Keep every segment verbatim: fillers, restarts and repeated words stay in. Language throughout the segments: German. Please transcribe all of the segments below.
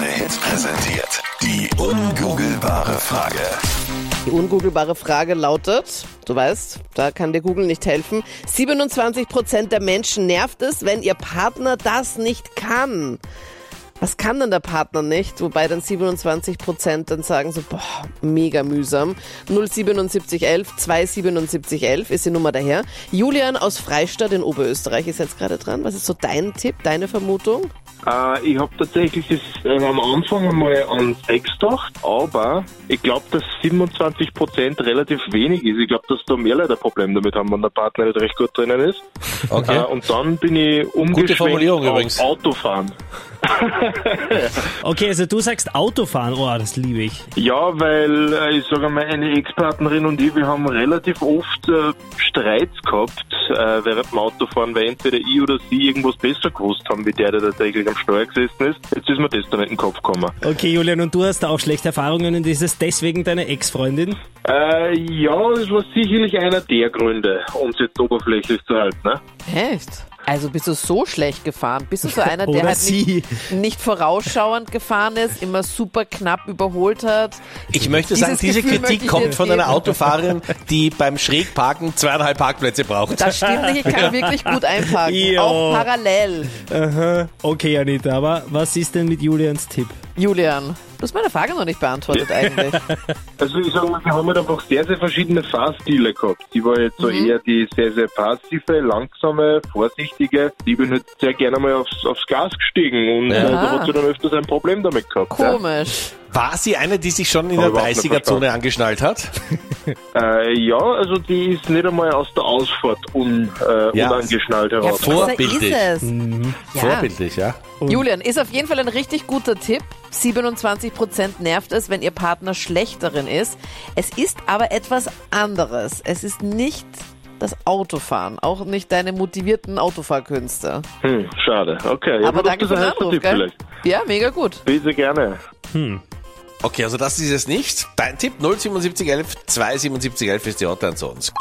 Hits präsentiert die ungoogelbare Frage. Die ungoogelbare Frage lautet, du weißt, da kann dir Google nicht helfen, siebenundzwanzig Prozent der Menschen nervt es, wenn ihr Partner das nicht kann. Was kann denn der Partner nicht? Wobei dann siebenundzwanzig Prozent dann sagen so, boah, mega mühsam. null siebenundsiebzig elf zwei siebenundsiebzig elf ist die Nummer daher. Julian aus Freistadt in Oberösterreich ist jetzt gerade dran. Was ist so dein Tipp, deine Vermutung? Äh, ich habe tatsächlich das, äh, am Anfang einmal an Sex gedacht, aber ich glaube, dass siebenundzwanzig Prozent relativ wenig ist. Ich glaube, dass da mehr Leute ein Problem damit haben, wenn der Partner nicht recht gut drinnen ist. Okay. Äh, und dann bin ich umgeschwenkt Formulierung auf übrigens. Autofahren. Okay, also du sagst Autofahren, oh, das liebe ich. Ja, weil äh, ich sage mal, eine Ex-Partnerin und ich, wir haben relativ oft äh, Streits gehabt äh, während dem Autofahren, weil entweder ich oder sie irgendwas besser gewusst haben, wie der, der tatsächlich am Steuer gesessen ist. Jetzt ist mir das dann in den Kopf gekommen. Okay, Julian, und du hast da auch schlechte Erfahrungen und ist es deswegen deine Ex-Freundin? Äh, ja, das war sicherlich einer der Gründe, um es jetzt oberflächlich zu halten. Ne? Echt? Also bist du so schlecht gefahren? Bist du so einer, der Oder halt sie. nicht, nicht vorausschauend gefahren ist, immer super knapp überholt hat? Ich möchte sagen, Dieses diese Gefühl möchte Kritik ich kommt dir von einer geben. Autofahrerin, die beim Schrägparken zweieinhalb Parkplätze braucht. Das stimmt nicht, ich kann wirklich gut einparken. Jo. Auch parallel. Aha. Okay, Anita, aber was ist denn mit Julians Tipp? Julian, du hast meine Frage noch nicht beantwortet eigentlich. Also ich sage mal, wir haben halt einfach sehr, sehr verschiedene Fahrstile gehabt. Sie war jetzt so Mhm. eher die sehr, sehr passive, langsame, vorsichtige. Ich bin halt sehr gerne mal aufs, aufs Gas gestiegen und äh, da hat sie dann öfters ein Problem damit gehabt. Ja. Komisch. War sie eine, die sich schon in der Aber überhaupt nicht dreißiger-Zone angeschnallt hat? Äh, ja, also die ist nicht einmal aus der Ausfahrt un, äh, Ja. unangeschnallt Ja, heraus. besser Vorbildlich. ist es. Ja. Vorbildlich, ja. Julian, ist auf jeden Fall ein richtig guter Tipp. siebenundzwanzig Prozent nervt es, wenn ihr Partner schlecht darin ist. Es ist aber etwas anderes. Es ist nicht das Autofahren, auch nicht deine motivierten Autofahrkünste. Hm, schade. Okay, ja, aber gut, danke das für den ist ein Anruf, Tipp gell? vielleicht. Ja, mega gut. Bitte gerne. Okay, also das ist es nicht. Dein Tipp null siebenundsiebzig elf zwei siebenundsiebzig elf ist die Hotline zu uns.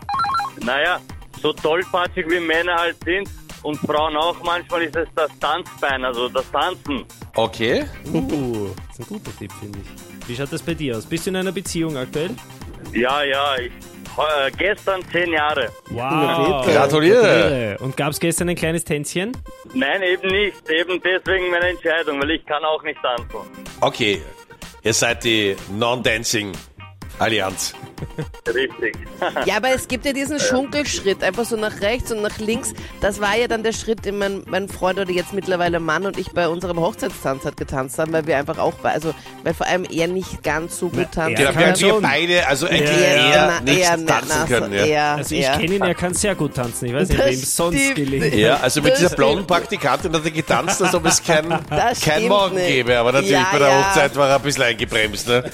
Naja, so tollpatschig wie Männer halt sind und Frauen auch, manchmal ist es das Tanzbein, also das Tanzen. Okay. Uh, das ist ein guter Tipp, finde ich. Wie schaut das bei dir aus? Bist du in einer Beziehung aktuell? Ja, ja, ich, äh, gestern zehn Jahre. Wow. Gratuliere. Und gab es gestern ein kleines Tänzchen? Nein, eben nicht, eben deswegen meine Entscheidung, weil ich kann auch nicht tanzen. Okay, ihr seid die Non-Dancing Allianz. Richtig. Ja, aber es gibt ja diesen Schunkelschritt, einfach so nach rechts und nach links. Das war ja dann der Schritt, den mein, mein Freund oder jetzt mittlerweile Mann und ich bei unserem Hochzeitstanz halt getanzt haben, weil wir einfach auch, bei, also weil vor allem er nicht ganz so gut tanzen er Genau, kann während wir schon. beide, also eigentlich Ja, eher na, nicht eher, tanzen na, können. so, Ja. eher, Also ich eher. kenne ihn, er kann sehr gut tanzen. Ich weiß nicht, Das wem es sonst stimmt. gelingt. Ja, also mit Das dieser blonden stimmt. Praktikantin hat er getanzt, als ob es kein, Das kein stimmt Morgen nicht. gäbe. Aber natürlich Ja, bei der ja. Hochzeit war er ein bisschen eingebremst. Ne?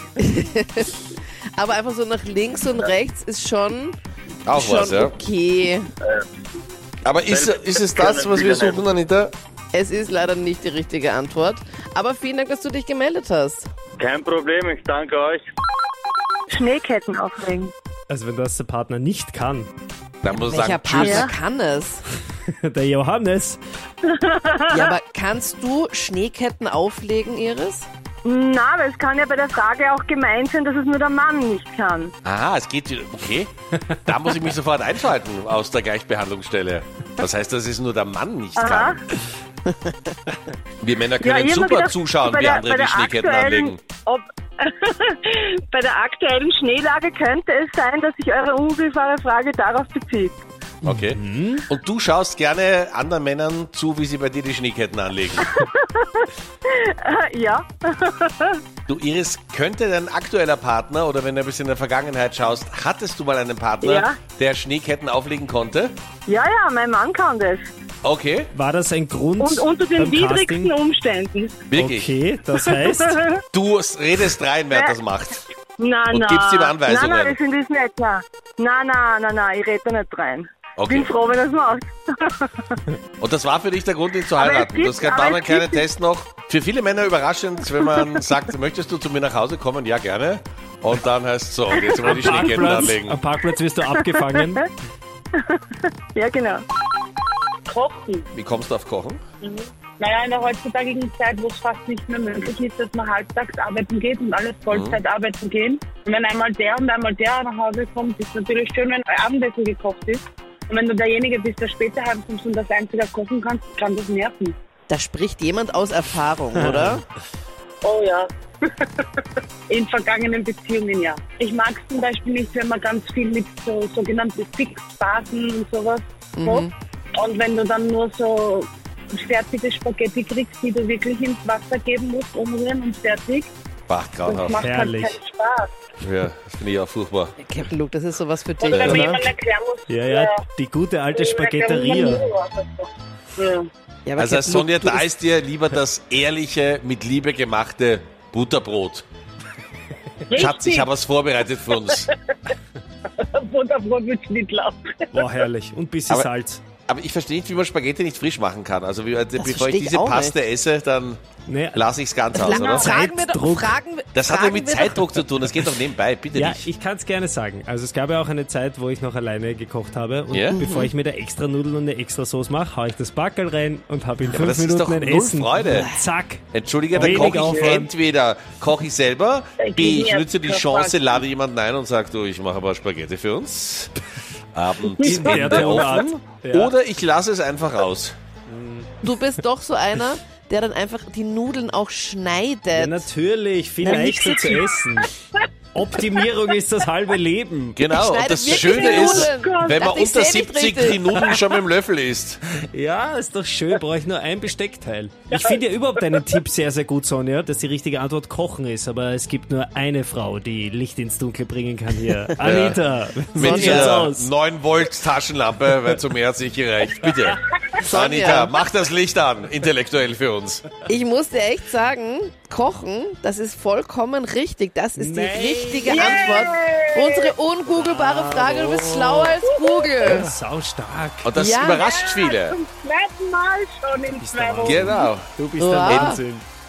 Aber einfach so nach links und rechts ist schon, Auch schon was, ja. okay. Aber ist, ist es das, was wir suchen, Anita? Es ist leider nicht die richtige Antwort. Aber vielen Dank, dass du dich gemeldet hast. Kein Problem, ich danke euch. Schneeketten auflegen. Also wenn das der Partner nicht kann. Da muss ich Welcher sagen, Partner tschüss. Ja. kann es? Der Johannes. Ja, aber kannst du Schneeketten auflegen, Iris? Na, aber es kann ja bei der Frage auch gemeint sein, dass es nur der Mann nicht kann. Aha, es geht wieder. Okay. Da muss ich mich sofort einschalten aus der Gleichbehandlungsstelle. Das heißt, dass es nur der Mann nicht Aha. kann. Wir Männer können ich hab mir super gedacht, zuschauen, bei wie der- andere bei die der Schneeketten aktuellen- anlegen. Ob bei der aktuellen Schneelage könnte es sein, dass sich eure ungoogelbare Frage darauf bezieht. Okay. Und du schaust gerne anderen Männern zu, wie sie bei dir die Schneeketten anlegen. Äh, ja. Du Iris, könnte dein aktueller Partner, oder wenn du ein bisschen in der Vergangenheit schaust, hattest du mal einen Partner, Ja. der Schneeketten auflegen konnte? Ja, ja, mein Mann kann das. Okay, War das ein Grund Und unter den beim widrigsten Casting? Umständen. wirklich. Okay, das heißt, Du redest rein, wer das macht. Na, Und na. gibst ihm Anweisungen? Nein, nein, das sind das nicht. Na, na, na, na, na, ich rede da nicht rein. Okay. Bin froh, wenn er es macht. Und das war für dich der Grund, ihn zu Aber es heiraten. gibt- Das war aber mal es ein kleiner gibt- Test noch. Für viele Männer überraschend, wenn man sagt, möchtest du zu mir nach Hause kommen? Ja, gerne. Und dann heißt es so, und jetzt wollen wir die Schneeketten Parkplatz, anlegen. am Parkplatz wirst du abgefangen. Ja, genau. Kochen. Wie kommst du auf Kochen? Naja, in der heutzutage Zeit, wo es fast nicht mehr möglich ist, dass man halbtags arbeiten geht und alle Vollzeit mhm. arbeiten gehen. Und wenn einmal der und einmal der nach Hause kommt, ist es natürlich schön, wenn Abendessen gekocht ist. Und wenn du derjenige bist, der später heimkommst und das Einzige kochen kannst, kann das nerven. Da spricht jemand aus Erfahrung, oder? Oh ja. In vergangenen Beziehungen, ja. Ich mag es zum Beispiel nicht, wenn man ganz viel mit so sogenannten Fixbasen und sowas Mhm. kocht. Und wenn du dann nur so fertige Spaghetti kriegst, die du wirklich ins Wasser geben musst, umrühren und fertig. Bach, Das grauenhaft. macht halt Herrlich. keinen Spaß. Ja, das finde ich auch furchtbar. Captain Luke, das ist sowas für dich, Und wenn mir oder? jemand erklären muss... Ja, ja, die gute alte Spaghetteria. Ja. Ja, aber Also Captain Sonja, Luke, du da isst- ist dir lieber das ehrliche, mit Liebe gemachte Butterbrot. Schatz, ich habe was vorbereitet für uns. Butterbrot mit Schnittlauch. Boah, herrlich. Und ein bisschen Aber- Salz. Aber ich verstehe nicht, wie man Spaghetti nicht frisch machen kann. Also wie, bevor verstehe ich ich diese auch Paste esse, dann Nee, lasse ich es ganz aus, La- oder? Fragen wir doch, Zeitdruck. fragen wir, Das hat ja fragen mit wir doch- Zeitdruck zu tun, das geht doch nebenbei, bitte ja, nicht. ich kann es gerne sagen. Also es gab ja auch eine Zeit, wo ich noch alleine gekocht habe. Und Ja? bevor ich mir da extra Nudeln und eine extra Sauce mache, haue ich das Backerl rein und habe in aber fünf das ist Minuten doch ein null Essen. Freude. Zack. Entschuldige, dann Wenig koche ich Aufwand. entweder koche ich selber, Ich B, ich bin nütze die jetzt Chance, verpackt. lade jemanden ein und sage, du, ich mache aber Spaghetti für uns. Abend, In Werte Ende ohne offen. Art. Ja. Oder ich lasse es einfach raus. Du bist doch so einer, der dann einfach die Nudeln auch schneidet. Ja, natürlich. Viel Na, nicht leichter zu sitzen. essen. Optimierung ist das halbe Leben. Genau, schneidet und das wirklich Schöne die ist, Nudeln. wenn man Dachte, ich unter seh nicht siebzig richtig. die Nudeln schon mit dem Löffel isst. Ja, ist doch schön. Brauche ich nur ein Besteckteil. Ich finde ja überhaupt deinen Tipp sehr, sehr gut, Sonja, dass die richtige Antwort Kochen ist. Aber es gibt nur eine Frau, die Licht ins Dunkle bringen kann hier. Anita, wie Mit schaut's ihrer aus? neun Volt Taschenlampe, weil zum mehr hat sich gereicht. Bitte. Sonja. Annika, mach das Licht an, intellektuell für uns. Ich muss dir echt sagen, Kochen, das ist vollkommen richtig. Das ist Nein. die richtige Antwort. Unsere ungoogelbare Frage, du bist schlauer als Google. Sau stark. Und das Ja. überrascht viele. Zum zweiten Mal schon in zwei Wochen. Genau. Du bist Wow. der Wahnsinn.